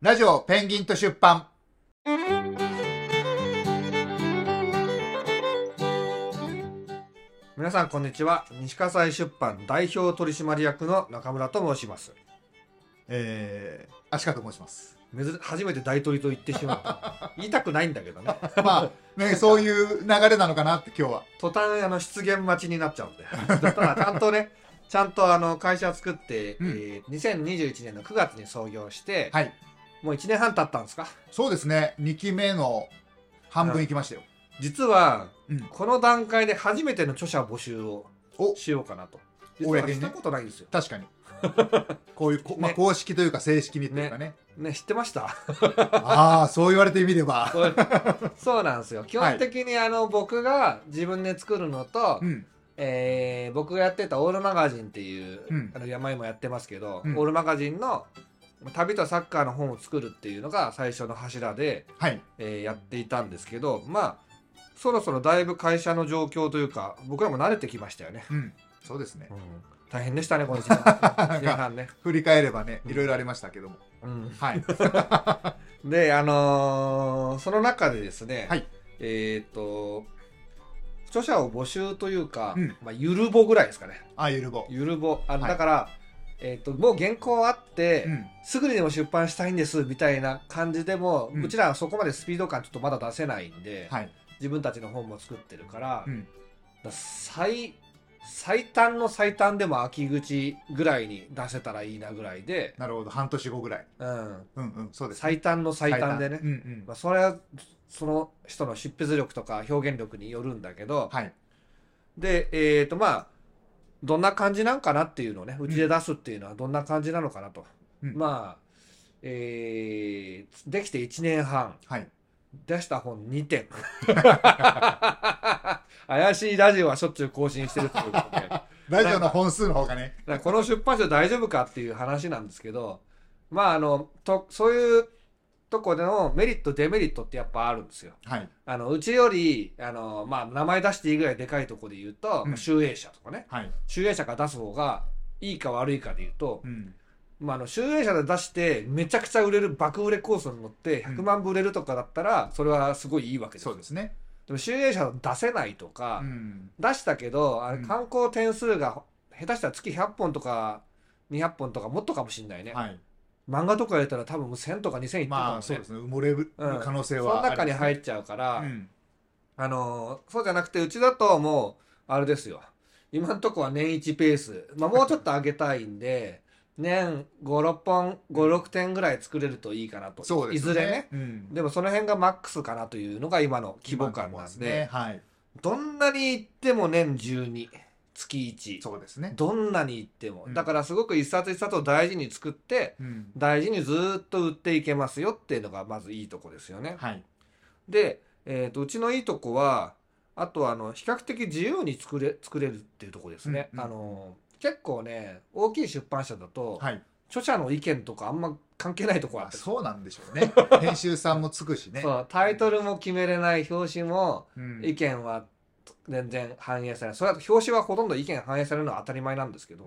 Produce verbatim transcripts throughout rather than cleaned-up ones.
ラジオペンギンと出版。 皆さんこんにちは。西葛西出版代表取締役の中村と申します。 えー、アシカと申します。 珍初めて大取りと言ってしまった言いたくないんだけどねまあね、そういう流れなのかなって今日は途端あの出現待ちになっちゃうんでただちゃんとねちゃんとあの会社を作って、うん、えー、にせんにじゅういちねんのくがつに創業して、はい、もういちねんはん経ったんですか。 そうですね、にきめの半分いきましたよ。 実は、うん、この段階で初めての著者募集をしようかなと。実はしたことないんですよ。 確かにこういう、まあ、公式というか正式にというかね。 ね、ね、知ってましたああ、そう言われてみればそうなんですよ。基本的にあの、はい、僕が自分で作るのと、うん、えー、僕がやってたオールマガジンっていう、うん、あの山もやってますけど、うん、オールマガジンの旅とサッカーの本を作るっていうのが最初の柱で、はい、えー、やっていたんですけど、まあそろそろだいぶ会社の状況というか僕らも慣れてきましたよね。 うん、そうですね、うん、 大変でしたねこのいちねんはんね振り返ればね、いろいろありましたけども、うん、 はいであのー、その中でですね、はい、えっ、ー、と著者を募集というか、うん、まあ、ゆるぼぐらいですかね。 あ、ゆるぼゆるぼあの、はい、だからえー、ともう原稿あって、うん、すぐにでも出版したいんですみたいな感じでも、うん、うちらはそこまでスピード感ちょっとまだ出せないんで、はい、自分たちの本も作ってるから、うん、だ最最短の最短でも秋口ぐらいに出せたらいいなぐらいで。 なるほど、半年後ぐらい、うん、うんうんそうです、ね、 最短の最短でね、うんうん、まあ、それはその人の執筆力とか表現力によるんだけど、はい、でえっ、ー、とまあどんな感じなんかなっていうのをね、うちで出すっていうのはどんな感じなのかなと、うん、まあ、えー、できていちねんはん、はい、出した本にてん怪しいラジオはしょっちゅう更新してるということでラジオの本数の方がねこの出版社大丈夫かっていう話なんですけど、まああのとそういうとこでのメリットデメリットってやっぱあるんですよ。はい、あのうちよりあの、まあ、名前出していいぐらいでかいとこで言うと、うん、集英社とかね、はい、集英社から出す方がいいか悪いかで言うと、うん、まあ、あの集英社で出してめちゃくちゃ売れる爆売れコースに乗ってひゃくまんぶ売れるとかだったらそれはすごいいいわけですよ。 そうですね。 でも集英社出せないとか、うん、出したけどあれ観光点数が下手したら月ひゃっぽんとかにひゃっぽんとかもっとかもしれないね。はい、漫画とか入れたら多分せんとかにせんいってるかもね。 まあそうですね、埋もれる可能性はありますね、 うん、その中に入っちゃうから、うん、あのそうじゃなくてうちだともうあれですよ、今のとこは年いちペース、まあ、もうちょっと上げたいんで年ご、ろっぽんご、ろくてんぐらい作れるといいかなと。そうですね、いずれね、うん、でもその辺がマックスかなというのが今の規模感なんで、ね、はい、どんなにいっても年じゅうに、月いち、そうですね、どんなにいっても、うん、だからすごく一冊一冊を大事に作って、うん、大事にずっと売っていけますよっていうのがまずいいとこですよね。はい、で、えーと、うちのいいとこはあとはあの比較的自由に作れ、作れるっていうとこですね、うんうん、あの結構ね大きい出版社だと、はい、著者の意見とかあんま関係ないとこあって、 そうなんでしょうね編集さんもつくしねそうタイトルも決めれない、表紙も意見は全然反映されない、それは表紙はほとんど意見反映されるのは当たり前なんですけど、うん、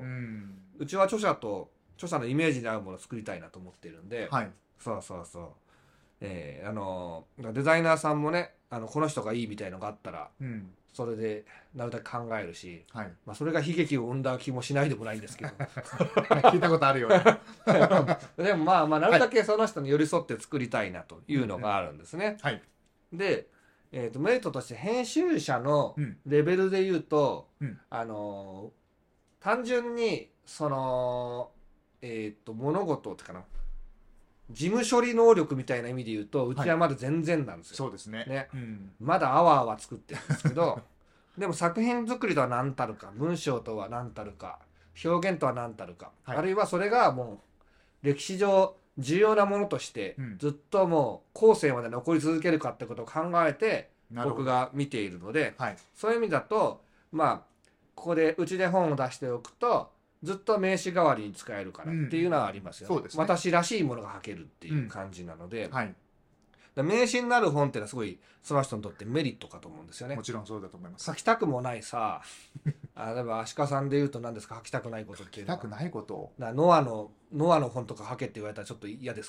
うちは著者と著者のイメージに合うものを作りたいなと思っているんで、はい、そうそうそう、えー、あのデザイナーさんもね、あのこの人がいいみたいのがあったら、うん、それでなるだけ考えるし、はい、まあ、それが悲劇を生んだ気もしないでもないんですけど聞いたことあるよねでもまあまあなるだけその人に寄り添って作りたいなというのがあるんですね、はい、で、えー、とメリットとして編集者のレベルで言うと、うん、あのー、単純にそのえっ、ー、と物事ってかな、事務処理能力みたいな意味で言うとうちはまだ全然なんですよ、 はい、そうですね、 ね、うん、まだあわあわ作ってるんですけどでも作品作りとは何たるか、文章とは何たるか、表現とは何たるか、はい、あるいはそれがもう歴史上重要なものとしてずっともう後世まで残り続けるかってことを考えて僕が見ているので、はい、そういう意味だとまあここでうちで本を出しておくとずっと名刺代わりに使えるからっていうのはありますよね、うん、そうですね、私らしいものが書けるっていう感じなので、うん、はい、名刺になる本ってのはすごいその人にとってメリットかと思うんですよね。 もちろんそうだと思います。 書きたくもないさあ、例えば足利さんで言うと何ですか、書きたくないことっていうのは。 書きたくないこと、 ノアのノアの本とか書けって言われたらちょっと嫌ですか？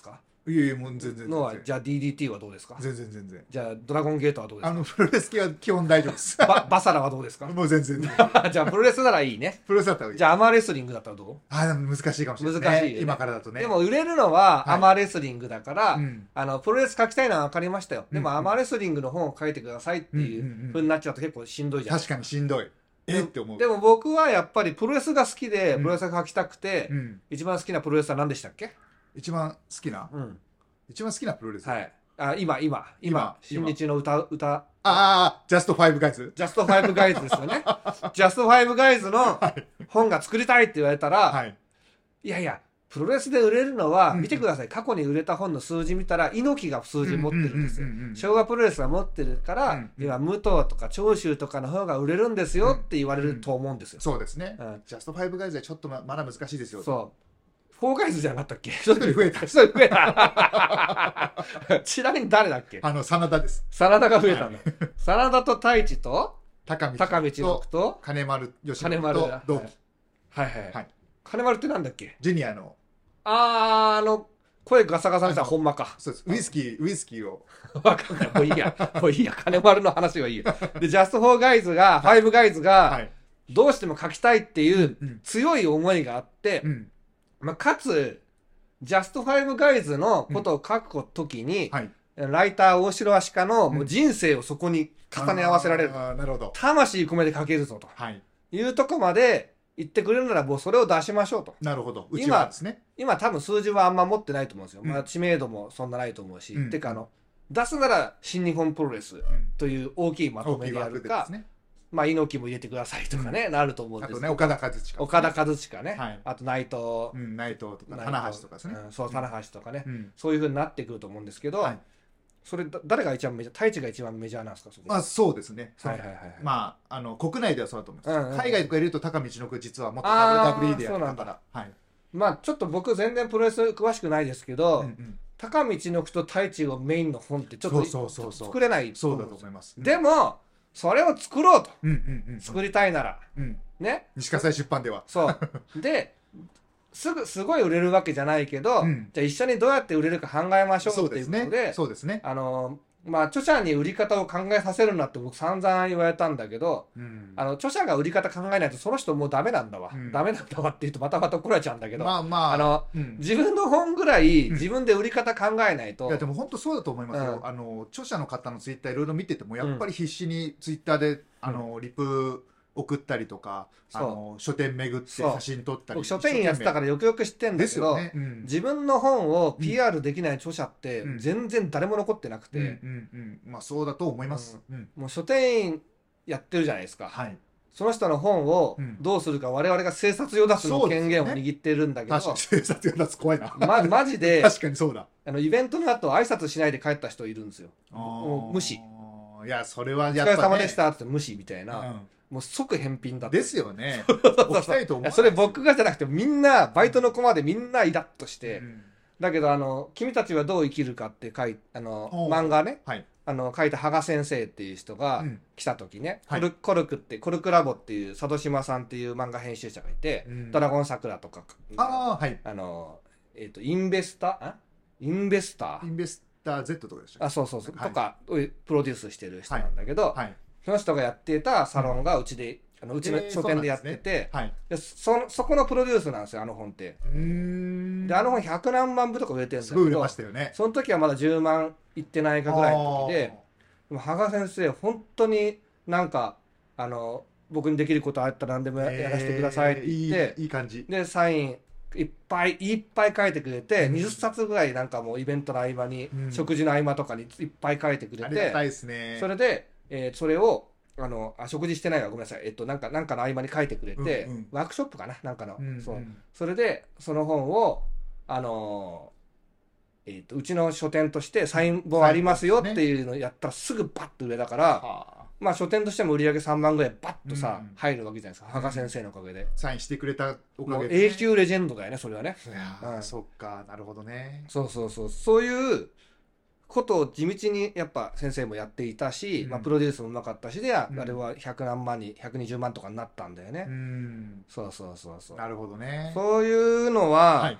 いやいやもう全然全然のはじゃあ ディーディーティー はどうですか？ 全然全然じゃあドラゴンゲートはどうですか？ あのプロレス系は基本大丈夫ですバ, バサラはどうですか？ もう全然じゃあプロレスならいいね。 プロレスだったらいい。 じゃあアマレスリングだったらどう？ あでも難しいかもしれない、ね、 難しいよね今からだとね。 でも売れるのははいアマレスリングだから、 うん、 あのプロレス書きたいのは分かりましたよ、でもうんうんアマレスリングの本を書いてくださいっていんうんうんう風になっちゃうと結構しんどいじゃないですか。 確かにしんどいえって思う。 でも僕はやっぱりプロレスが好きでうんプロレスが書きたくて、 うん、 一番好きなプロレスは何でしたっけ？ 一番好きな、 うん一番好きなプロレス、 はいあ今今今今新日の歌歌ああジャストファイブガイズジャストファイブガイズですよねジャストファイブガイズの本が作りたいって言われたら、 はい、 いやいやプロレスで売れるのは、 うんうん見てください過去に売れた本の数字見たら猪木が数字持ってるんですよ、 うんうんうんうん昭和プロレスが持ってるから、 うんうん今武藤とか長州とかの方が売れるんですよって言われると思うんですよ、 そうですね、 うんジャストファイブガイズはちょっとままだ難しいですよ。 そうフォーガイズじゃなかったっけ？一人増えた一人増えたちなみに誰だっけ？ あの真田です。 真田が増えたんだ、真田と太一と高道高道六と金丸義金丸信と同期、 はいはいはい、 はい金丸ってなんだっけ？ ジュニアのあーあの声ガサガサしたらほんまか。 そうですウイスキーウイスキーをわかんない。もういいや。もういいや。金丸の話はいいや。で、ジャストフォーガイズが、ファイブガイズはが、 い、 どうしても書きたいっていううん強い思いがあってう、ん、 まあ、かつ、ジャストファイブガイズのことを書くときに、 はい、 ライター大城アシカのもう人生をそこに重ね合わせられる。 あーなるほど、 魂込めて書けるぞとはい、 いうとこまで言ってくれるなら、もうそれを出しましょうと。 なるほどうちはですね。 今多分数字はあんま持ってないと思うんですよ。 うんまあ知名度もそんなないと思うし。 うんてかあの、出すなら新日本プロレスうんという大きいまと大きいめでやるか枠でです、ね。 まあ猪木も入れてくださいとかね、なると思うんですけど、 あとね岡田和親、 岡田和親ね、 はいあと内藤、 うん、内藤とか内藤棚橋とかですね。 うんそう棚橋とかね、 うん、 そういう風になってくると思うんですけど、 はいそれだ誰が一番メジャー、太一が一番メジャーなんですかそこ。 まあそうですね。 はいはいはいはい。 まああの国内ではそうだと思います。 うんうん海外とか入れると高道のく実はもっとあーダブリューダブリューイー でやってたそうなんから。はい。 まあちょっと僕全然プロレス詳しくないですけど、 うんうん高道のくと太一をメインの本ってちょっとそうそうそうそう作れないとそう思うんですよ。 だと思います。 でもそれを作ろうと、 うんうんうん作りたいならうん。 ね、 西葛西出版では。 そうですぐすごい売れるわけじゃないけど、 うんじゃあ一緒にどうやって売れるか考えましょそううっていですねうことで。 そうですね。 あのまあ著者に売り方を考えさせるなって僕散々言われたんだけど、 うんあの著者が売り方考えないとその人もうダメなんだわ、 うんダメなんだわって言うとまたまた怒られちゃうんだけど、 まあまああのうん自分の本ぐらいうん自分で売り方考えないと、 いやでも本当そうだと思いますよ、 うんあの著者の方のツイッターいろいろ見ててもやっぱり必死にツイッターで、あのリプ送ったりとか、あの書店巡って写真撮ったり、 僕書店員やってたからよくよく知ってんだですよけど、 ね、うん自分の本を ピーアール できない著者ってうん全然誰も残ってなくて、 うんうんうん、まあそうだと思います、うんもう書店員やってるじゃないですか、 はい、 その人の本をうんどうするか我々が制作用出すのそうですね権限を握ってるんだけど、 確かに警察が出す怖いなま、マジで確かにそうだあのイベントの後挨拶しないで帰った人いるんですよ。 あーもう無視、 いやそれはおやっぱ、ね、 疲れ様でしたって無視みたいな、 うんもう即返品だった。 ですよね起きたいと思ういやそれ僕がじゃなくてみんなバイトの子までみんなイラッとして、 うんだけどあの君たちはどう生きるかって書いあのおう漫画ね、 はいあの書いた羽賀先生っていう人がうん来た時ね、 はいコルコルクってコルクラボっていう佐渡島さんっていう漫画編集者がいて、 うんドラゴン桜とかああはいあのえっ、とインベスターあインベスターインベスター Z とかでしたっあそうそうそう、 はいとかをプロデュースしてる人なんだけど、 けはいその人がやっていたサロンがうちで、あのうちのえー書店でやってて、 はいでそそこのプロデュースなんですよあの本って。 うーんであの本ひゃくなんまんぶとか売れてるんだけすごい売れどましたよねその時はまだじゅうまんいってないかぐらいの時で、でも羽賀先生本当になんかあの僕にできることあったら何でもや,、やらせてくださいって言って、 いいいい感じでサインいっぱいいっぱい書いてくれて、 うんにじゅっさつぐらいなんかもうイベントの合間に、 うん食事の合間とかにいっぱい書いてくれて、 ありがたいですねそれで、えーそれをあのあ食事してないわごめんなさい、えっとなんかなんかの合間に書いてくれて、 うんうんワークショップかななんかの、 うんうんそうそれでその本をあのーえっとうちの書店としてサイン本ありますよっていうのをやったらすぐバッと売れたから、 はあまあ書店としても売り上げさんまんぐらいバッとさ、 うん入るわけじゃないですか羽賀先生のおかげで、 サインしてくれたおもうかげで、 永久レジェンドだよねそれはね。 いやーうんそっかなるほどねそうそうそうそういうことを地道にやっぱ先生もやっていたし、 うんまあ、プロデュースもうまかったしで、あうんあれはひゃくなんまんにひゃくにじゅうまんとかになったんだよね、 うんそうそうそうそうなるほどねそういうのは、 はい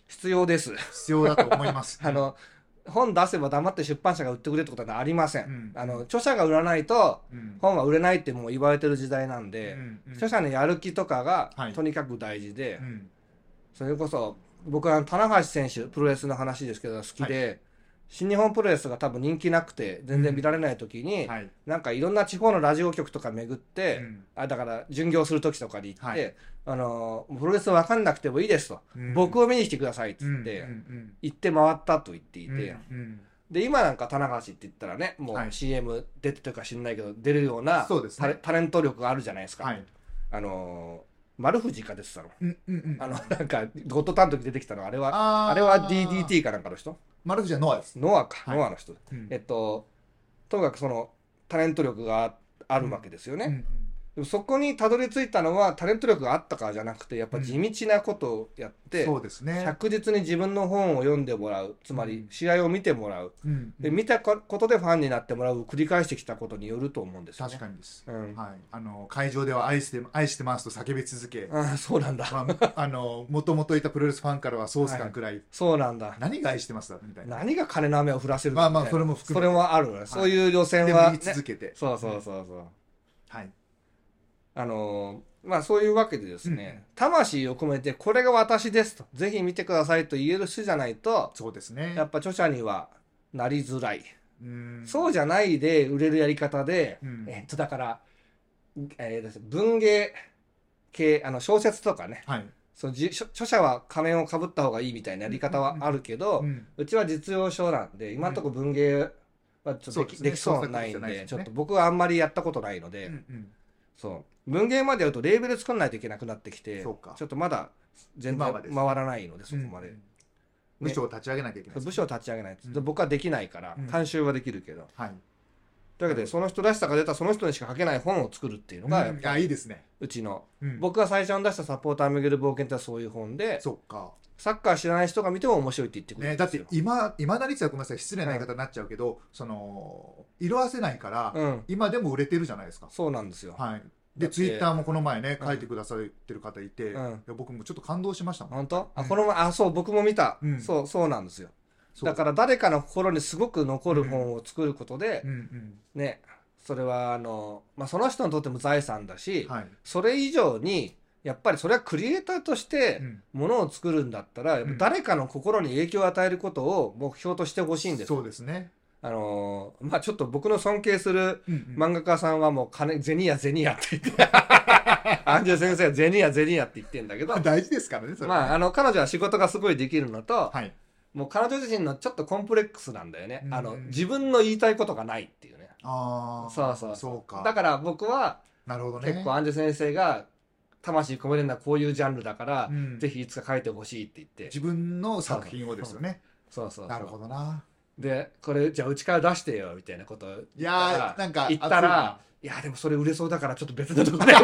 必要です。 必要だと思います。 あの本出せば黙って出版社が売ってくれってことはありません。 うん、 あの著者が売らないと本は売れないってもう言われてる時代なんで、 うんうん、 著者のやる気とかがとにかく大事で、はい、うん、それこそ僕は棚橋選手プロレスの話ですけど好きで、はい、新日本プロレスが多分人気なくて全然見られない時に、うん、はい、なんかいろんな地方のラジオ局とか巡って、うん、あだから巡業する時とかに行って、はい、あのプロレス分かんなくてもいいですと、うん、僕を見に来てくださいっつって、うんうんうん、行って回ったと言っていて、うんうん、で今なんか棚橋って言ったらねもう シーエム 出てるか知んないけど出るような、はい、タレ、タレント力があるじゃないですか、はい、あの丸藤か出てたの、うんうんうん、あのなんかゴッドタンの時出てきたのあれはああれは ディーディーティー かなんかの人、 丸藤はノアです。 ノアか、はい、ノアの人、うん、えっととにかくそのタレント力があるわけですよね、うんうんうん、でもそこにたどり着いたのはタレント力があったからじゃなくてやっぱ地道なことをやって、うん、そうですね、着実に自分の本を読んでもらう、つまり試合を見てもらう、うん、で見たことでファンになってもらうを繰り返してきたことによると思うんですよね。 確かにです、うん、はい、あの会場では愛して愛してますと叫び続け、 あそうなんだ、 まあ、あのもともといたプロレスファンからはソース感くらい、はい、 そうなんだ、 何が愛してますだみたいな、 何が金の雨を降らせるみたいな、まあまあそれも含めてそれもある、はい、そういう予選は、 ね、でも言い続けて、 そうそうそうそう、 はい、 あのー、まあそういうわけでですね、うん、魂を込めてこれが私ですとぜひ見てくださいと言える人じゃないと、 そうですね、 やっぱ著者にはなりづらい、うん、そうじゃないで売れるやり方で、うん、えっとだから、えー、文芸系あの小説とかね、はい、その著者は仮面をかぶった方がいいみたいなやり方はあるけど、うんうんうん、うちは実用書なんで今のところ文芸はちょっとでき、うん、できそうないんで、ね、ちょっと僕はあんまりやったことないので、うんうん、そう文芸までやるとレーベル作らないといけなくなってきて、ちょっとまだ全然回らないので、そこまで、うんうん、 部署を立ち上げなきゃいけない、ね、 部署を立ち上げない、うん、僕はできないから、うん、監修はできるけど、はい、というわけでその人らしさが出たその人にしか書けない本を作るっていうのがやっぱり、うん、あいいですね、うちの、うん、僕が最初に出したサポーター巡る冒険ってそういう本で、そっか、サッカー知らない人が見ても面白いって言ってくれるんですよ、ね、だって今今なりつはごめんなさい失礼な言い方になっちゃうけど、うん、その色あせないから、うん、今でも売れてるじゃないですか。そうなんですよ、はい、でツイッターもこの前ね書いてくださってる方いて、うん、いや僕もちょっと感動しましたもん。本当、うん、あこの前あそう僕も見た、うん、そうそうなんですよ。だから誰かの心にすごく残る本を作ることで、うんうん、ねそれはあの、まあ、その人にとっても財産だし、はい、それ以上にやっぱりそれはクリエイターとしてものを作るんだったら、うん、誰かの心に影響を与えることを目標としてほしいんです。そうですね。あのー、まあちょっと僕の尊敬する漫画家さんはもう金銭や銭やって言ってアンジェ先生は銭や銭やって言ってんだけど大事ですからねそれはね。まああの彼女は仕事がすごいできるのと、はい、もう彼女自身のちょっとコンプレックスなんだよね、うん、あの自分の言いたいことがないっていうね。ああそうそうそうか。だから僕はなるほど、ね、結構アンジェ先生が魂込めるのはこういうジャンルだから、うん、ぜひいつか書いてほしいって言って自分の作品をですよね。そうそうそうなるほどな。でこれじゃあうちから出してよみたいなことをいやなんか言ったらいやでもそれ売れそうだからちょっと別のとこで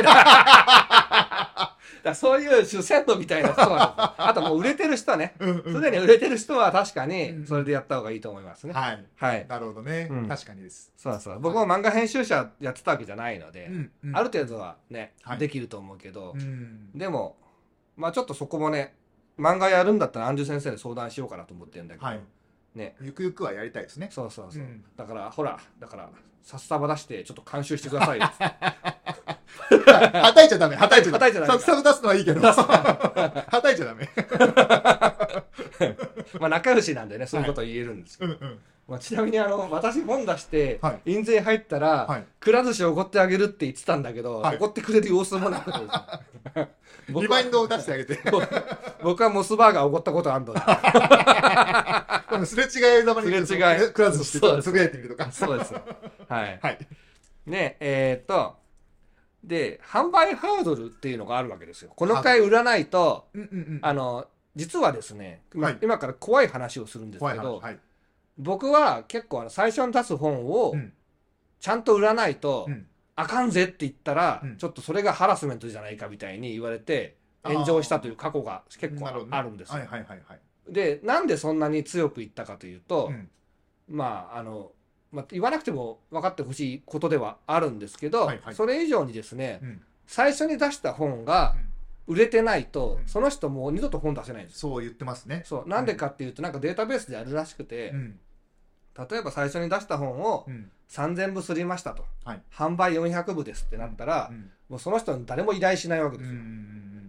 だそういう主戦度みたいな人はあともう売れてる人はねすで、うんうん、に売れてる人は確かにそれでやった方がいいと思いますね、うんうん、はい、はい、なるほどね、うん、確かにです。そうそう僕も漫画編集者やってたわけじゃないので、うんうん、ある程度はね、はい、できると思うけど、うん、でもまあちょっとそこもね漫画やるんだったらアンジュ先生に相談しようかなと思ってるんだけど、はいね、ゆくゆくはやりたいですね。そうそうそう、うん、だからほらだから札束出してちょっと監修してくださいよはたいちゃダメはたいちゃダメ札束出すのはいいけどはたいちゃダメまあ仲良しなんでねそういうこと言えるんですよ、はいうんうんまあ、ちなみにあの私本出して、はい、印税入ったら、はい、くら寿司おごってあげるって言ってたんだけどおご、はい、ってくれる様子もなくてリマインドを出してあげて僕はモスバーガーおごったことあるのですれ違いざまにすれ違いくら寿司ってつぶやいてみるとかそうですはい、はい、ねえー、っとで販売ハードルっていうのがあるわけですよ。この回売らないと、うんうんうん、あの実はですね、まあはい、今から怖い話をするんですけど、はい、僕は結構あの最初に出す本をちゃんと売らないと、うん、あかんぜって言ったら、うん、ちょっとそれがハラスメントじゃないかみたいに言われて炎上したという過去が結構あるんですよ。でなんでそんなに強く言ったかというと、うん、まああのまあ、言わなくても分かってほしいことではあるんですけど、はいはい、それ以上にですね、うん、最初に出した本が売れてないと、 うん、 その人もう二度と本出せないんです。 そう言ってますね。 そうなんでかっていうと、なんかデータベースであるらしくて、 うん、 例えば最初に出した本をさんぜんぶ刷りましたと、はい、販売よんひゃくぶですってなったら、うん、もうその人に誰も依頼しないわけですよ。うん、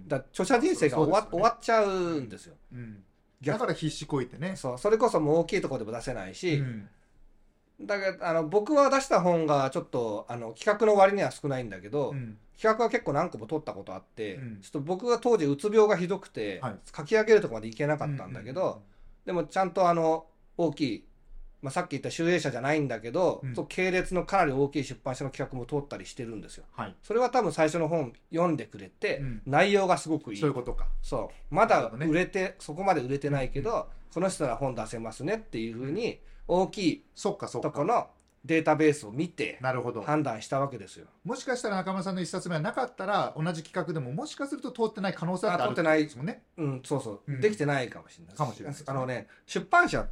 だから著者人生が終わ、ね、終わっちゃうんですよ。 うん、だから必死こいてね。 そう、それこそもう大きいところでも出せないし、うん、だけどあの僕は出した本がちょっとあの企画の割には少ないんだけど、うん、企画は結構何個も取ったことあって、うん、ちょっと僕が当時うつ病がひどくて、はい、書き上げるとこまでいけなかったんだけど、うんうんうん、でもちゃんとあの大きい、まあ、さっき言った集英社じゃないんだけど、うん、そう系列のかなり大きい出版社の企画も通ったりしてるんですよ、はい、それは多分最初の本読んでくれて、うん、内容がすごくいい。 そういうことか。 そうまだ売れて、ね、そこまで売れてないけど、うん、この人なら本出せますねっていうふうに大きいとこのデータベースを見て判断したわけですよ。 もしかしたら中村さんの一冊目はなかったら同じ企画でももしかすると通ってない可能性があるってですもんね。 うん、そうそう、うん、できてないかもしれない。 かもしれないですね。 あのね、出版社って、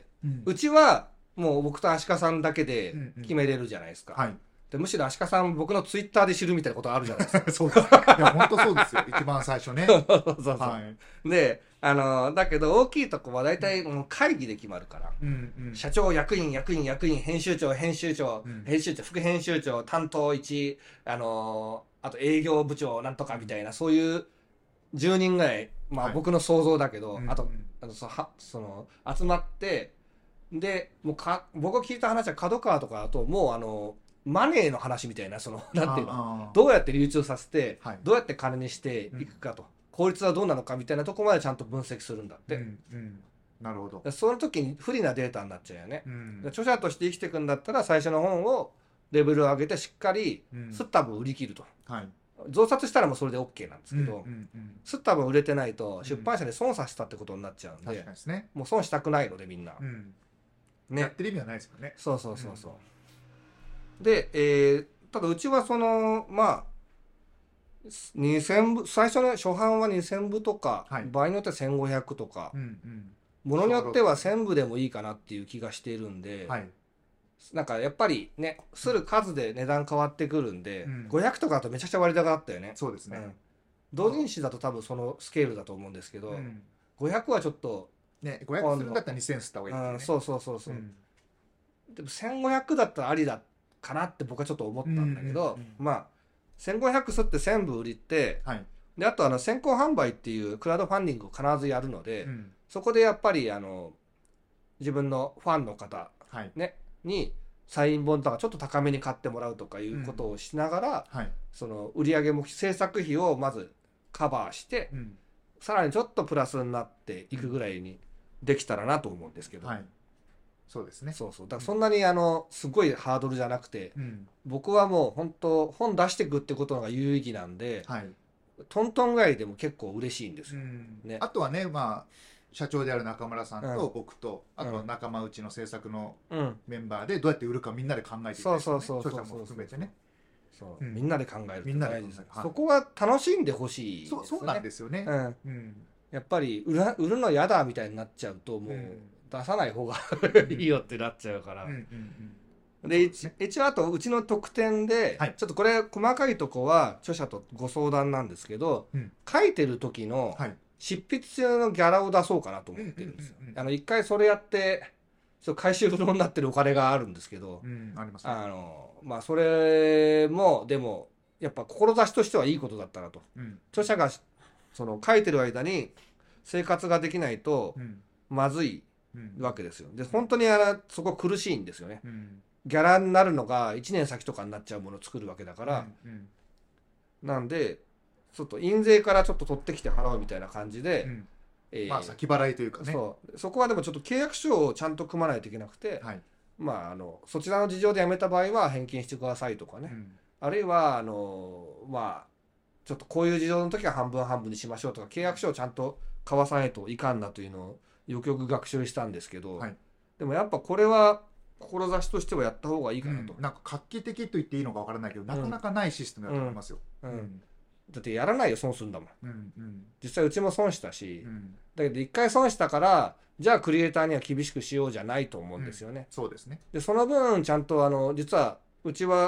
うん、うちはもう僕と足利さんだけで決めれるじゃないですか。うんうん、はい。でむしろ足利さん僕のツイッターで知るみたいなことあるじゃないですか。 そうです。いや本当そうですよ。一番最初ね。そうそうそう、 はい、であのだけど大きいとこは大体もう会議で決まるから、うんうん、社長役員役員役員編集長編集長、うん、編集長副編集長担当いちあのあと営業部長なんとかみたいな、そういうじゅうにんぐらい、まあ、僕の想像だけど、はい、あと、うん、あとそはその集まってでもうか僕が聞いた話は角川とかだともうあのマネーの話みたいな、そのなんていうの、どうやって流通させて、はい、どうやって金にしていくかと、うん、効率はどうなのかみたいなところまでちゃんと分析するんだって、うんうん、 なるほど。 その時に不利なデータになっちゃうよね、うん、著者として生きていくんだったら最初の本をレベルを上げてしっかりすった分売り切ると、うん、はい、増刷したらもうそれで OK なんですけど、うんうんうん、すった分売れてないと出版社で損させたってことになっちゃうんで、うん、確かにですね、もう損したくないのでみんな、うんね、やってる意味はないですよね。 そうそうそうそう、うん、で、えー、ただうちはそのまあにせんぶ、最初の初版はにせんぶとか、はい、場合によってはせんごひゃくとか、うんうん、ものによってはせんぶでもいいかなっていう気がしているんで、はい、なんかやっぱりねする数で値段変わってくるんで、うん、ごひゃくとかだとめちゃくちゃ割高だったよね。 そうですね、うん、 同人誌だと多分そのスケールだと思うんですけど、うん、ごひゃくはちょっとね、ごひゃくするんだったらにせんすった方がいいですね、うん、 そうそうそうそう、うん、でもせんごひゃくだったらありだかなって僕はちょっと思ったんだけど、うんうんうん、まあせんごひゃくすってせんぶ売りって、はい、であとあの先行販売っていうクラウドファンディングを必ずやるので、うん、そこでやっぱりあの自分のファンの方、はい、ね、にサイン本とかちょっと高めに買ってもらうとかいうことをしながら、うん、はい、その売上も制作費をまずカバーして、うん、さらにちょっとプラスになっていくぐらいにできたらなと思うんですけど、はい、 そうですね。 そうそう、だからそんなにあのすごいハードルじゃなくて、うん、僕はもう本当本出していくってことが有意義なんで、はい、トントンぐらいでも結構嬉しいんですよ、うんね、あとはね、まあ社長である中村さんと僕と、うん、あとは仲間内の制作のメンバーでどうやって売るかみんなで考えていく、ね、 そうそうそうそうそう、 著者も含めてね、 そう、うん、みんなで考えるみんなで考える、 はい、そこは楽しんでほしいですね。 そう、そうなんですよね、うんうん、 やっぱり売る、売るの嫌だみたいになっちゃうともう、うん、出さない方がいいよってなっちゃうから、うんうんうん、で、ね、一応あとうちの特典で、はい、ちょっとこれ細かいとこは著者とご相談なんですけど、うん、書いてる時の執筆中のギャラを出そうかなと思ってるんですよ。あの一回それやって回収不能になってるお金があるんですけど、うん、ありますね、あのまあそれもでもやっぱ志としてはいいことだったなと、うん、著者がその書いてる間に生活ができないとまずいわけですよ。で本当にあのそこ苦しいんですよね、うん、ギャラになるのがいちねん先とかになっちゃうものを作るわけだから、うんうん、なんでちょっと印税からちょっと取ってきて払うみたいな感じで、うん、 えー、まあ先払いというかね、 そう、そこはでもちょっと契約書をちゃんと組まないといけなくて、はい、まああのそちらの事情で辞めた場合は返金してくださいとかね、うん、あるいはあのまあちょっとこういう事情の時は半分半分にしましょうとか契約書をちゃんと交わさないといかんなというのをよくよく学習したんですけど、はい、でもやっぱこれは志としてはやった方がいいかなと、 うん、なんか画期的と言っていいのかわからないけど、なかなかないシステムだと思いますよ、 うんうんうん、だってやらないよ損するんだもん、うんうん、実際うちも損したし、うん、だけど一回損したからじゃあクリエイターには厳しくしようじゃないと思うんですよね、 うん、そうですね。 でその分ちゃんとあの実はうちは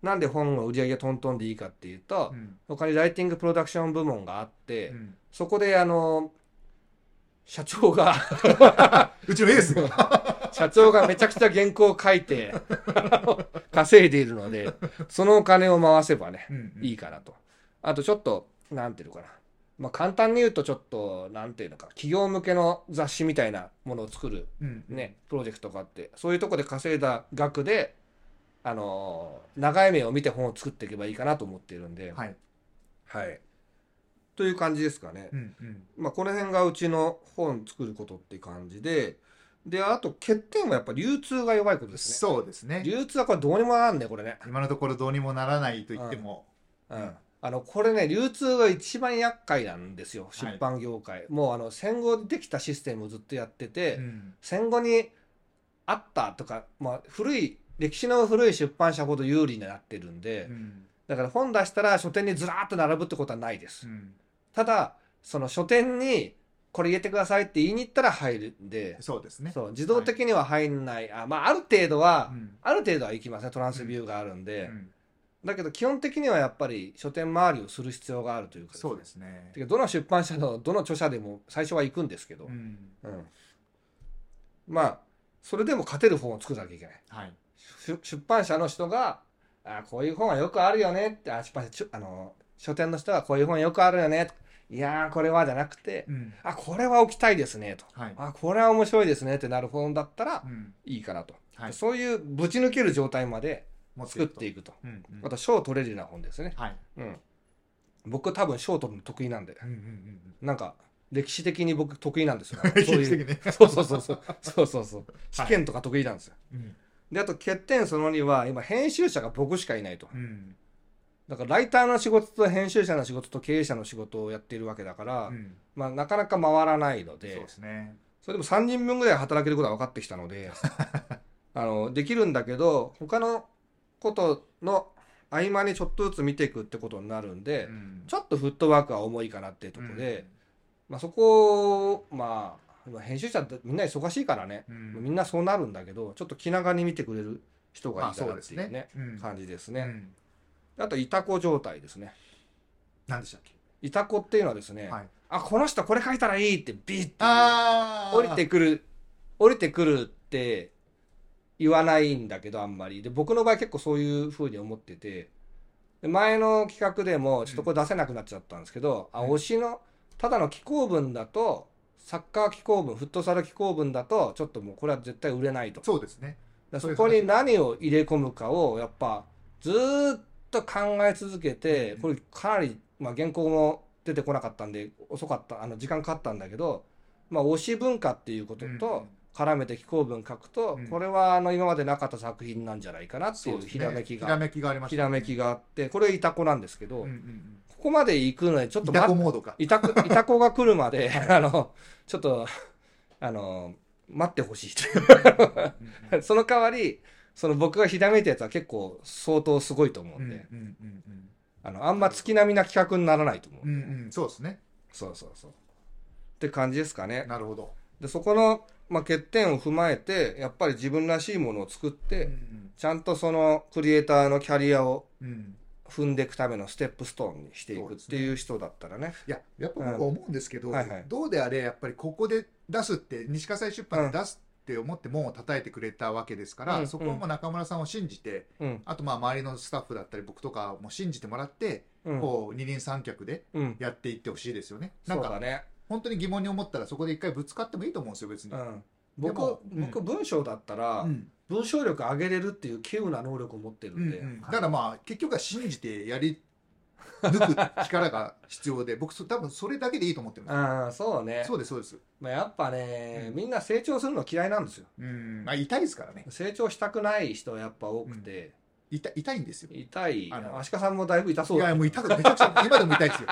なんで本の売り上げトントンでいいかっていうと、 うん、 他にライティングプロダクション部門があって、 うん、 そこであの社長がうちのエースが社長がめちゃくちゃ原稿を書いて稼いでいるので、そのお金を回せばね、うんうん、いいかなと。あとちょっとなんていうのかな、まあ、簡単に言うとちょっとなんていうのか、企業向けの雑誌みたいなものを作る、うんうん、ね、プロジェクトがあって、そういうとこで稼いだ額であのー、長い目を見て本を作っていけばいいかなと思っているんで、はい、はい、という感じですかね。うんうん、まあ、この辺がうちの本作ることっていう感じで、であと欠点はやっぱり流通が弱いことですね。 そうですね。 流通はこれどうにもならんね、これね。 今のところどうにもならないと言っても、 うん、うん、あのこれね、流通が一番厄介なんですよ、出版業界。はい、もうあの戦後にできたシステムをずっとやってて、うん、戦後にあったとか、まあ、古い歴史の古い出版社ほど有利になってるんで、うん、だから本出したら書店にずらーっと並ぶってことはないです。うん、ただその書店にこれ入れてくださいって言いに行ったら入るんで、 そうですね。 そう自動的には入んない、はい、あまあある程度は、うん、ある程度は行きますね、トランスビューがあるんで、うんうん、だけど基本的にはやっぱり書店周りをする必要があるというか、 そうですね。 どの出版社のどの著者でも最初は行くんですけど、うんうん、まあそれでも勝てる本を作らなきゃいけない。はい、出版社の人があこういう本はよくあるよねって、あ出版社あの書店の人がこういう本よくあるよね、いやーこれはじゃなくて、うん、あこれは置きたいですねと、はい、あこれは面白いですねってなる本だったらいいかなと、うんはい、そういうぶち抜ける状態まで作っていくと、うんうん、あと賞を取れるような本ですね、はいうん、僕多分賞を取るの得意なんで、うんうんうん、なんか歴史的に僕得意なんですよ、ね、そういう、そうそうそうそうそうそうそう試験とか得意なんですよ、はいうんであと欠点そのには今編集者が僕しかいないと、うん、だからライターの仕事と編集者の仕事と経営者の仕事をやっているわけだから、うんまあ、なかなか回らないので、そうですね、それでもさんにんぶんぐらい働けることは分かってきたのであのできるんだけど他のことの合間にちょっとずつ見ていくってことになるんで、うん、ちょっとフットワークは重いかなっていうところで、うんまあ、そこをまあ編集者ってみんな忙しいからね、うん、みんなそうなるんだけどちょっと気長に見てくれる人がいいかなっていうね、ねうん、感じですね、うん、あといたこ状態ですね。 何でしたっけ。 いたこっていうのはですね、はい、あこの人これ書いたらいいってビッて降りてくる降りてくるって言わないんだけどあんまりで、僕の場合結構そういう風に思ってて、で前の企画でもちょっとこれ出せなくなっちゃったんですけど、うん、あ推しのただの寄稿文だとサッカー寄稿文フットサル寄稿文だとちょっともうこれは絶対売れないと。 そうですね。 だそこに何を入れ込むかをやっぱずっと考え続けて、これかなり、まあ、原稿も出てこなかったんで遅かったあの時間かかったんだけど、まあ、推し文化っていうことと絡めて寄稿文書くと、これはあの今までなかった作品なんじゃないかなっていうひらめきが、 ひらめきがありましたね。 ひらめきがあって、これいたこなんですけど、うんうんうんここまで行くのにちょっといたこモードかいたこいたこが来るまであのちょっとあの待ってほしいというその代わりその僕がひらめいたやつは結構相当すごいと思うんで、うんうんうんうん、あのあんま月並みな企画にならないと思う、 うんうん、そうですね。 そうそうそうって感じですかね。 なるほど。 でそこの、まあ、欠点を踏まえてやっぱり自分らしいものを作って、うんうん、ちゃんとそのクリエイターのキャリアを、うん踏んでいくためのステップストーンにしていくっていう人だったらね。 いややっぱ僕は思うんですけど、うんはいはい、どうであれやっぱりここで出すって西葛西出版で出すって思っても叩いてくれたわけですから、うん、そこはもう中村さんを信じて、うん、あとまあ周りのスタッフだったり僕とかも信じてもらって、うん、こう二人三脚でやっていってほしいですよね。うん、なんかそうだね、本当に疑問に思ったらそこで一回ぶつかってもいいと思うんですよ別に。うん僕, 僕文章だったら、うん、文章力上げれるっていう稀有な能力を持ってるんで、うんうん、 だからまあ結局は信じてやり抜く力が必要で僕多分それだけでいいと思ってるんですよ。 ああそうね。 そうですそうです、 まあ、やっぱね、うん、みんな成長するの嫌いなんですよ。 うんまあ痛いですからね。 成長したくない人はやっぱ多くて、 うん、痛, 痛いんですよ。 痛い。足利さんもだいぶ痛そうだ。 いやもう痛くめちゃくちゃ今でも痛いですよ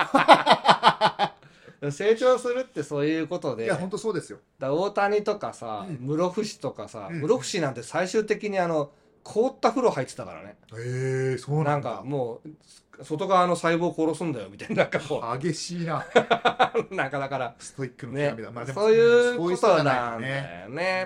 成長するってそういうことで。 いや本当そうですよ。 だ大谷とかさ、うん、室伏とかさ、うん、室伏なんて最終的にあの凍った風呂入ってたからね。 へえそうなんだ。 なんかもう外側の細胞を殺すんだよみたいな、なんかこう激しいななんかだからストイックの極みだ、 ねまあ、でもそういうことなんだよね、うん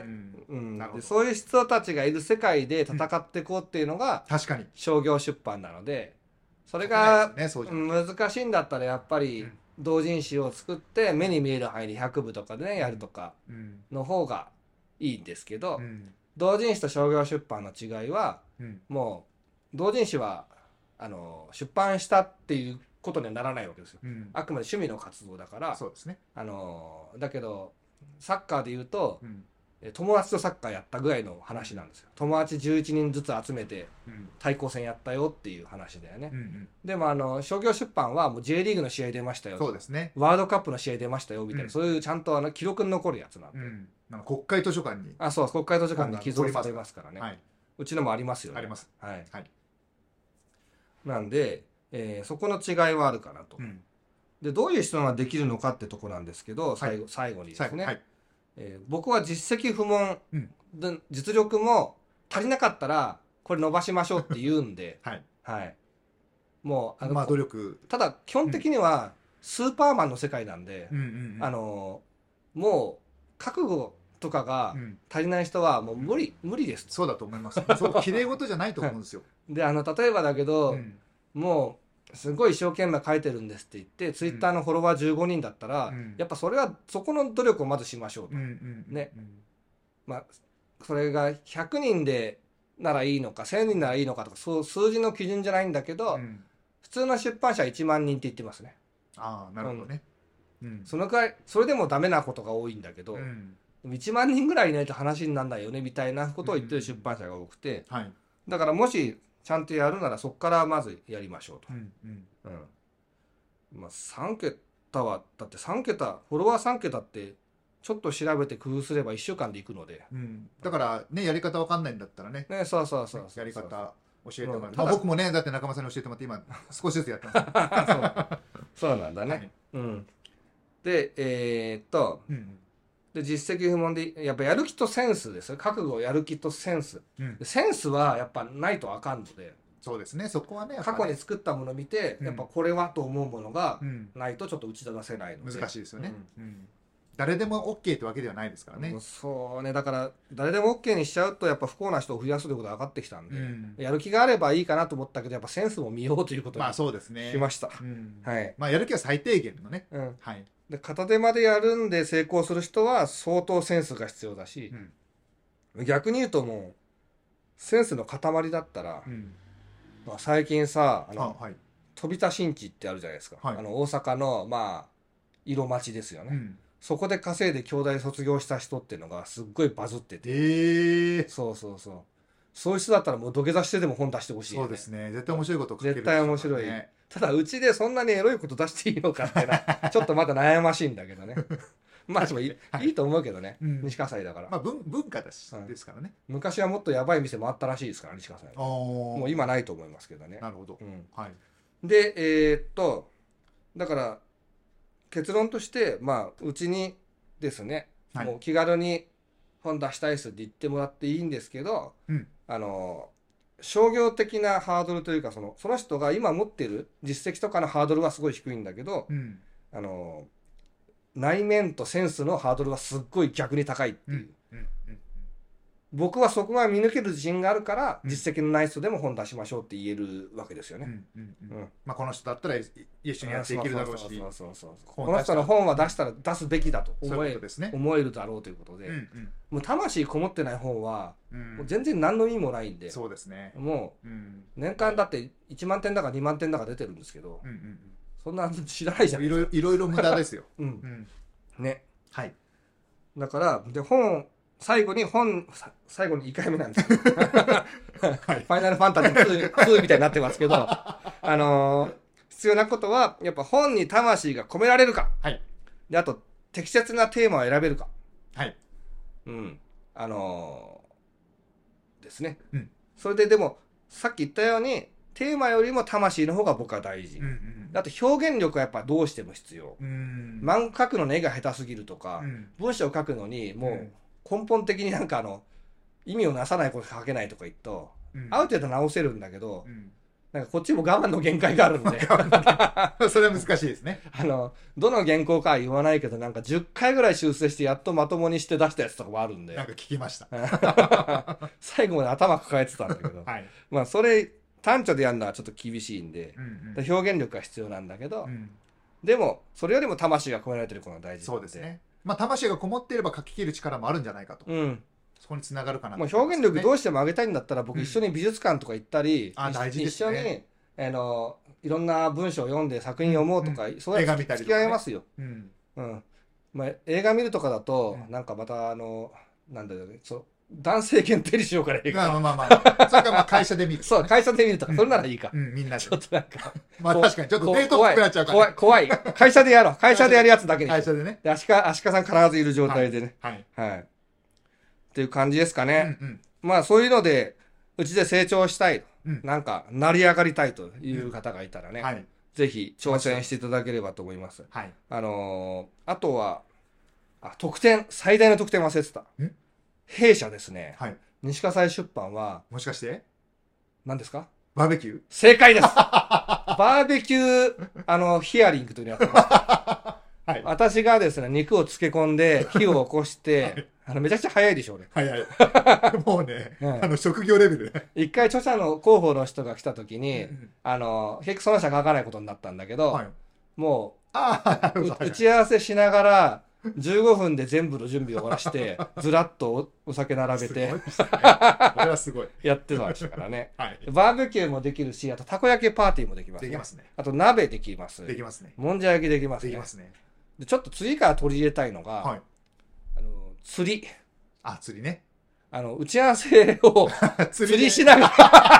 うん、でそういう人たちがいる世界で戦っていこうっていうのが、 うん、確かに商業出版なので、それが難しいんだったらやっぱり同人誌を作って目に見える範囲でひゃくぶとかでねやるとかの方がいいんですけど、うん、同人誌と商業出版の違いは、うん、もう同人誌はあの出版したっていうことにはならないわけですよ、うん、あくまで趣味の活動だから。 そうですね。 あのだけどサッカーでいうと、うん、友達とサッカーやったぐらいの話なんですよ。友達じゅういちにんずつ集めて対抗戦やったよっていう話だよね、うんうん、でもあの商業出版はもう J リーグの試合出ましたよ、 そうですね、 ワールドカップの試合出ましたよみたいな、うん、そういうちゃんとあの記録に残るやつなんで、うん、 なんか国会図書館にあそう国会図書館に寄贈されますからね、はい、うちのもありますよね。 あります、 はいはい、なんで、えー、そこの違いはあるかなと、うん、でどういう人ができるのかってとこなんですけど、最後、はい、最後にですね、はい、えー、僕は実績不問、うん、で実力も足りなかったらこれ伸ばしましょうって言うんで、はいはい、もうあの、 まあ、努力ただ基本的にはスーパーマンの世界なんで、うん、あのもう覚悟とかが足りない人はもう無理、うん、無理です。 そうだと思います。そう綺麗事じゃないと思うんですよ。 であの例えばだけど、うん、もうすごい一生懸命書いてるんですって言って、うん、ツイッターのフォロワーじゅうごにんだったら、うん、やっぱそれはそこの努力をまずしましょうと、うんうんうん、ね、まあそれがひゃくにんでならいいのかせんにんならいいのかとか、そう数字の基準じゃないんだけど、うん、普通の出版社はいちまんにんって言ってますね。 ああなるほどね、 うん、そのくらいそれでもダメなことが多いんだけど、うん、でもいちまんにんぐらいいないと話にならないよねみたいなことを言ってる出版社が多くて、うんはい、だからもしちゃんとやるならそこからまずやりましょうと、うんうんうん、まあさん桁はだってさん桁フォロワーさん桁ってちょっと調べて工夫すればいっしゅうかんでいくので、 うん、だからねやり方わかんないんだったらね、 ねそうそうそうそうやり方教えてもらう、まあ、僕もねだって中間さんに教えてもらって今少しずつやってますそう、そうなんだね、はい、うん、でえー、っと、うん、で実績不問でやっぱやる気とセンスですよ。覚悟やる気とセンス、うん、センスはやっぱないとあかんので、 そうですね、そこはね過去に作ったものを見て、うん、やっぱこれはと思うものがないとちょっと打ち出せないので、 難しいですよね、うんうん、誰でも OK ってわけではないですからね、 うん、そうね、だから誰でも OK にしちゃうとやっぱ不幸な人を増やすということが分かってきたんで、うん、やる気があればいいかなと思ったけどやっぱセンスも見ようということにしました。 はい、まあやる気は最低限のね、うんはい、で片手間でやるんで成功する人は相当センスが必要だし、うん、逆に言うともうセンスの塊だったら、うんまあ、最近さあのあ、はい、飛田新地ってあるじゃないですか、はい、あの大阪のまあ色町ですよね、うん、そこで稼いで京大卒業した人っていうのがすっごいバズってて、 えー、 そうそうそうそういう人だったらもう土下座してでも本出してほしい、ね、 そうですね、絶対面白いこと書ける、 絶対面白い、ね、ただうちでそんなにエロいこと出していいのかってなちょっとまだ悩ましいんだけどねまあでもいい、はい、いいと思うけどね、うん、西葛西だから、 まあ、文, 文化です、うん、ですからね。 昔はもっとやばい店もあったらしいですから西葛西もう今ないと思いますけどね。 なるほど、うんはい、 でえー、っとだから結論としてまあうちにですね、はい、もう気軽に本出したいですって言ってもらっていいんですけど、うん、あの商業的なハードルというかその、その人が今持っている実績とかのハードルはすごい低いんだけど、うん、あの内面とセンスのハードルはすっごい逆に高いっていう、うんうんうん、僕はそこが見抜ける自信があるから実績のない人でも本出しましょうって言えるわけですよね、うんうんうんうん、 まあ、この人だったら一緒にやっていけるだろうし、 この人の本は出したら出すべきだと思え、ね、思えるだろうということで、うんうん、もう魂こもってない本はもう全然何の意味もないんで、 そうですね、 もう年間だっていちまんてんだかにまんてんだか出てるんですけど、うんうんうん、そんな知らないじゃん。 いろいろいろいろ無駄ですよ、 うんうん、ね、はい、だからで本最後に本最後にいっかいめなんですよ、はい、ファイナルファンタジー ツー, みたいになってますけどあのー、必要なことはやっぱ本に魂が込められるか、はい、であと適切なテーマを選べるか、はい、うんあのー、ですね、うん、それででもさっき言ったようにテーマよりも魂の方が僕は大事、うんうん、だって表現力はやっぱどうしても必要、うん、漫画描くのの絵が下手すぎるとか、うん、文章を書くのにもう根本的になんかあの意味をなさないこと書けないとか言うと、うん、ある程度直せるんだけど、うん、 なんかこっちも我慢の限界があるんでそれは難しいですね。 あのどの原稿かは言わないけどなんかじゅっかいぐらい修正してやっとまともにして出したやつとかもあるんでなんか聞きました最後まで頭抱えてたんだけど、 はい、 まあそれ単調でやるのはちょっと厳しいんで、 うんうん、 表現力が必要なんだけど、 うん、 でもそれよりも魂が込められてることが大事そうですね。まあ魂がこもっていれば書き切る力もあるんじゃないかと、 うん、 そこにつながるかなと、 ね、もう表現力どうしても上げたいんだったら僕一緒に美術館とか行ったり、 うん、あ大事ですね、 一緒にあのいろんな文章を読んで作品読もうとか、うん、そういうの付き合いますよ、うんうんまあ、映画見るとかだと、うん、なんかまたあのなんだろうねそう男性限定にしようから映画まあまあまあそれからまあ会社で見る、ね、 そう会社で見るとか、うん、それならいいか、 うん、みんなでちょっとなんかまあ確かにちょっとデートっぽくなっちゃうから、 ね、怖い怖い会社でやろう会社でやるやつだけに会社でねで足利足利さん必ずいる状態でねはい、 はいはい、っていう感じですかね、 うんうん、 まあそういうのでうちで成長したい、 うん、 なんか成り上がりたいという方がいたらね、 うんはい、 ぜひ挑戦していただければと思います。 はい、 あのー、あとはあ特典最大の特典忘れてた。弊社ですね。 はい、 西葛西出版はもしかして何ですか？ バーベキュー？ 正解です。バーベキューあのヒアリングというのをやってます。はい、私がですね肉を漬け込んで火を起こして、はい、あのめちゃくちゃ早いでしょうね。 早い。もうね、はい、あの職業レベルで。 一回著者の広報の人が来た時に、うん、あの結局その人は書かないことになったんだけど、はい、もうあ打ち合わせしながらじゅうごふんで全部の準備を終わらしてずらっと お, お酒並べて、ね、これはすごいやってたんですからね、 はい、 バーベキューもできるしあとたこ焼きパーティーもできますね。 できますね。 あと鍋できますできますね。 もんじゃ焼きできますね。 できますね。 でちょっと次から取り入れたいのが、はい、あの釣りあ釣りねあの打ち合わせを釣りしなが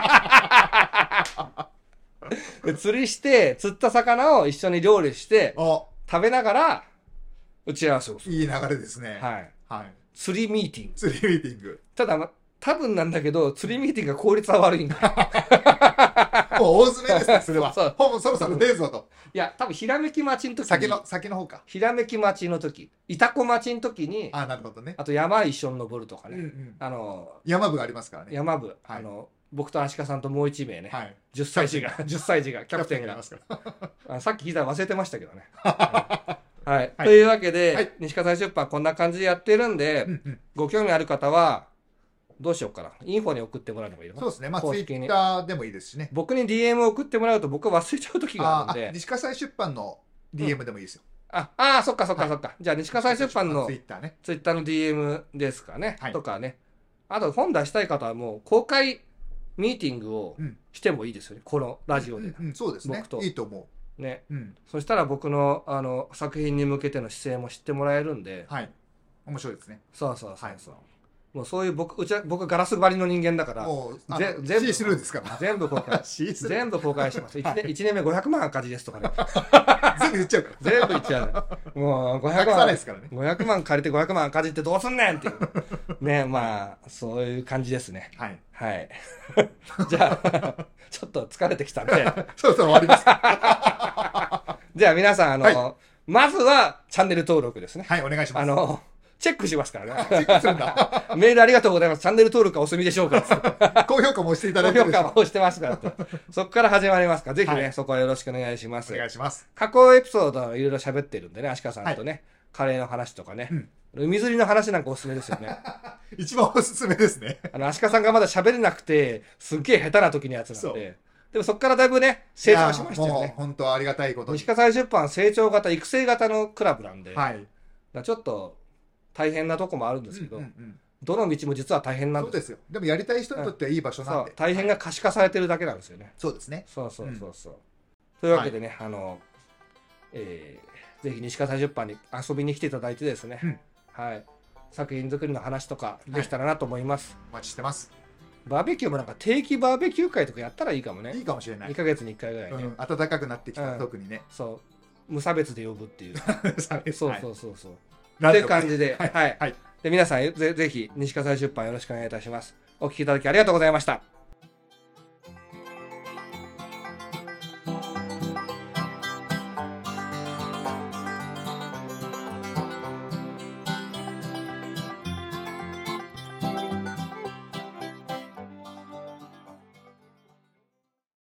ら釣りして釣った魚を一緒に料理して食べながら打ち合わせをする。 いい流れですね。 はい。 はい。 釣りミーティング。 釣りミーティング。 ただ、ま、多分なんだけど、釣りミーティングが効率は悪いんだよ。 もう大詰めですね、それは。そう。ほぼそろそろ出るぞと。 いや、多分、ひらめき待ちの時に。 先の、先の方か。 ひらめき待ちの時。いたこ待ちの時に。 あ、なるほどね。 あと、山一緒に登るとかね。 うんうん、 あの、 山部がありますからね。 山部。はい、あの、僕と足利さんともう一名ね。はい。じゅっさい児が、じゅっさい児が、キャプテンが。あさっき聞いたら忘れてましたけどね。はい、はい、というわけで、はい、西葛西出版こんな感じでやってるんで、うんうん、ご興味ある方はどうしようかなインフォに送ってもらうのもいいのかな。 そうですね、まあツイッターでもいいですしね。 僕に ディーエム を送ってもらうと僕は忘れちゃう時があるんで。 西葛西出版の ディーエム でもいいですよ。 うん、ああそっかそっかそっか、はい、じゃあ西葛西出版のツイッターね、 ツイッターの ディーエム ですかね、はい、とかね。あと本出したい方はもう公開ミーティングをしてもいいですよね、うん、このラジオで、 うんうん、そうですね、僕といいと思うね、うん、そしたら僕の、あの作品に向けての姿勢も知ってもらえるんで、 はい、面白いですね。 そうそうそうそう、はい、もうそういう僕うちは僕ガラス張りの人間だからもうぜ全部 シースルーですから全部公開全部公開します。 1, 年いちねんめごひゃくまん赤字ですとかね全部言っちゃうから全部言っちゃう、ね、もうごひゃくまんですからね。ごひゃくまん借りてごひゃくまん赤字ってどうすんねんっていうね、まあそういう感じですね。はいはいじゃあちょっと疲れてきたんでそろそろ終わりますじゃあ皆さんあの、はい、まずはチャンネル登録ですね。 はい、お願いします。 あのチェックしますからね。 チェックするんだメールありがとうございます。チャンネル登録はお済みでしょうか高評価も押していただいて高評価も押してますからってそこから始まりますから、ぜひね、はい、そこはよろしくお願いします。 お願いします。 過去エピソードいろいろ喋ってるんでね、足利さんとね、はい、カレーの話とかね、うん、海釣りの話なんかおすすめですよね一番おすすめですね。 あの足利さんがまだ喋れなくてすっげえ下手な時のやつなんで、でもそこからだいぶね成長しましたよね。もう本当ありがたいことに。 西葛西出版成長型育成型のクラブなんで、はい、だちょっと大変なとこもあるんですけど、うんうんうん、どの道も実は大変なんです。 そうですよ。でもやりたい人にとってはいい場所なんで、 うん、大変が可視化されてるだけなんですよね。 そうですね。 そうそうそうそう、うん、というわけでね、はい、あの、えー、ぜひ西葛西出版に遊びに来ていただいてですね、うん、はい、作品作りの話とかできたらなと思います、はい、 お待ちしてます。 バーベキューもなんか定期バーベキュー会とかやったらいいかもね。 いいかもしれない。 にかげつにいっかいぐらいね、うん、 暖かくなってきたら、うん、特にね、 そう無差別で呼ぶっていうそうそうそうそう、 はい、 っていう感じで、はい、はいはい、で皆さんぜぜひ西葛西出版よろしくお願いいたします。お聞きいただきありがとうございました。